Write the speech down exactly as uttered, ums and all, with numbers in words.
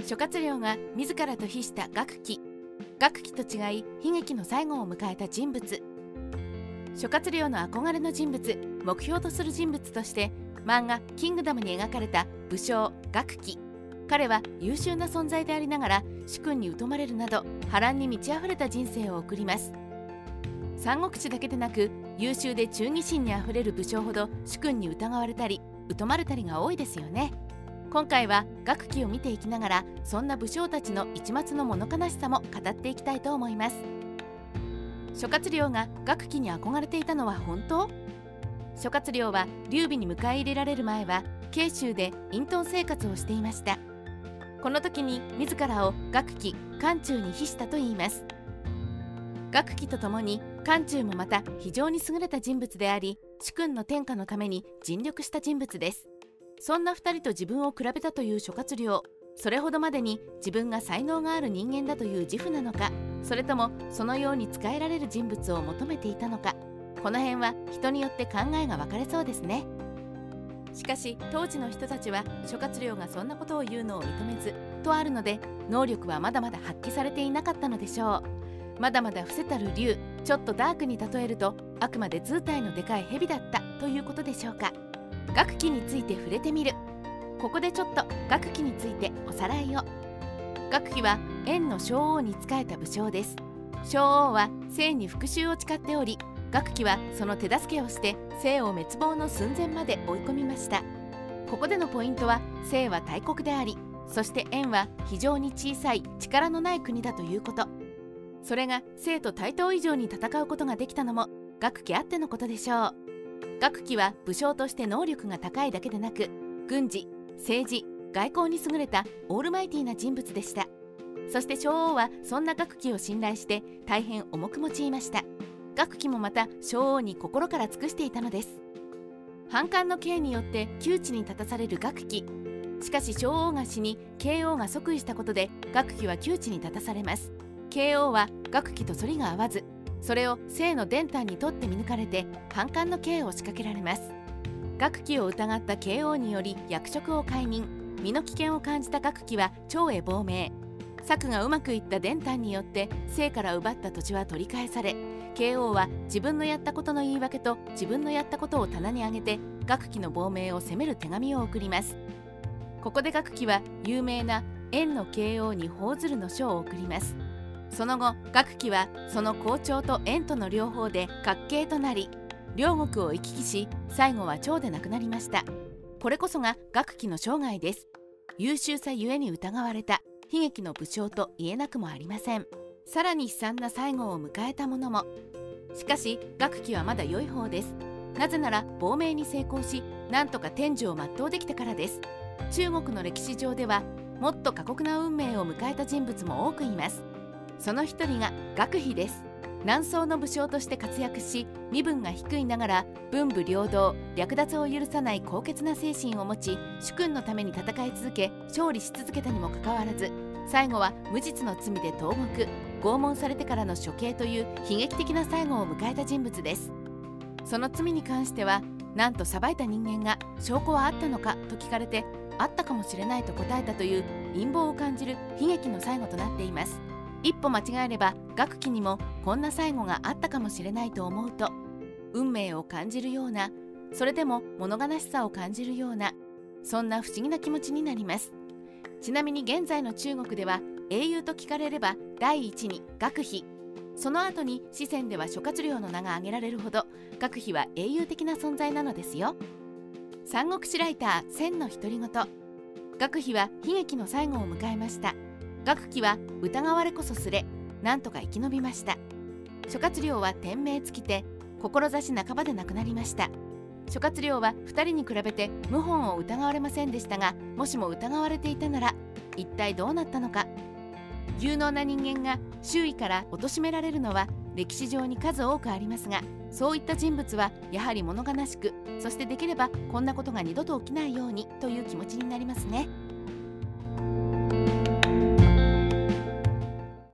諸葛亮が自らと比した岳輝。岳輝と違い悲劇の最後を迎えた人物。諸葛亮の憧れの人物、目標とする人物として漫画「キングダム」に描かれた武将岳輝。彼は優秀な存在でありながら主君に疎まれるなど波乱に満ち溢れた人生を送ります。三国志だけでなく優秀で忠義心にあふれる武将ほど主君に疑われたり疎まれたりが多いですよね。今回は岳輝を見ていきながらそんな武将たちの一末の物悲しさも語っていきたいと思います。諸葛亮が岳輝に憧れていたのは本当？諸葛亮は劉備に迎え入れられる前は慶州で隠遁生活をしていました。この時に自らを岳輝、漢中に比したといいます。岳輝とともに漢中もまた非常に優れた人物であり、主君の天下のために尽力した人物です。そんなふたりと自分を比べたという諸葛亮、それほどまでに自分が才能がある人間だという自負なのか、それともそのように仕えられる人物を求めていたのか、この辺は人によって考えが分かれそうですね。しかし当時の人たちは諸葛亮がそんなことを言うのを認めずとあるので、能力はまだまだ発揮されていなかったのでしょう。まだまだ伏せたる竜、ちょっとダークに例えるとあくまで図体のでかい蛇だったということでしょうか。岳輝について触れてみる。ここでちょっと岳輝についておさらいを。岳輝は燕の将王に仕えた武将です。将王は姓に復讐を誓っており、岳輝はその手助けをして姓を滅亡の寸前まで追い込みました。ここでのポイントは姓は大国であり、そして燕は非常に小さい力のない国だということ。それが姓と対等以上に戦うことができたのも岳輝あってのことでしょう。岳輝は武将として能力が高いだけでなく、軍事、政治、外交に優れたオールマイティーな人物でした。そして将王はそんな岳輝を信頼して大変重く用いました。岳輝もまた将王に心から尽くしていたのです。反感の刑によって窮地に立たされる岳輝。しかし将王が死に慶王が即位したことで岳輝は窮地に立たされます。慶王は岳輝と反りが合わず、それを姓の伝丹にとって見抜かれて反感の刑を仕掛けられます。岳輝を疑った慶王により役職を解任。身の危険を感じた岳輝は趙へ亡命。策がうまくいった伝丹によって姓から奪った土地は取り返され、慶王は自分のやったことの言い訳と自分のやったことを棚に上げて岳輝の亡命を責める手紙を送ります。ここで岳輝は有名な燕の慶王に報ずるの書を送ります。その後岳輝はその校長と燕との両方で角慶となり、両国を行き来し最後は趙で亡くなりました。これこそが岳輝の生涯です。優秀さゆえに疑われた悲劇の武将と言えなくもありません。さらに悲惨な最後を迎えたものも。しかし岳輝はまだ良い方です。なぜなら亡命に成功し、なんとか天寿を全うできたからです。中国の歴史上ではもっと過酷な運命を迎えた人物も多くいます。その一人が岳輝です。南宋の武将として活躍し、身分が低いながら文武両道、略奪を許さない高潔な精神を持ち、主君のために戦い続け勝利し続けたにもかかわらず、最後は無実の罪で投獄、拷問されてからの処刑という悲劇的な最後を迎えた人物です。その罪に関しては、なんと裁いた人間が証拠はあったのかと聞かれて、あったかもしれないと答えたという陰謀を感じる悲劇の最後となっています。一歩間違えれば岳輝にもこんな最後があったかもしれないと思うと、運命を感じるような、それでも物悲しさを感じるような、そんな不思議な気持ちになります。ちなみに現在の中国では英雄と聞かれれば第一に岳輝、その後に四川では諸葛亮の名が挙げられるほど岳輝は英雄的な存在なのですよ。三国志ライター千の独り言。岳輝は悲劇の最後を迎えました。岳輝は疑われこそすれ、なんとか生き延びました。諸葛亮は天命尽きて志半ばで亡くなりました。諸葛亮はふたりに比べて謀反を疑われませんでしたが、もしも疑われていたなら一体どうなったのか。有能な人間が周囲から貶められるのは歴史上に数多くありますが、そういった人物はやはり物悲しく、そしてできればこんなことが二度と起きないようにという気持ちになりますね。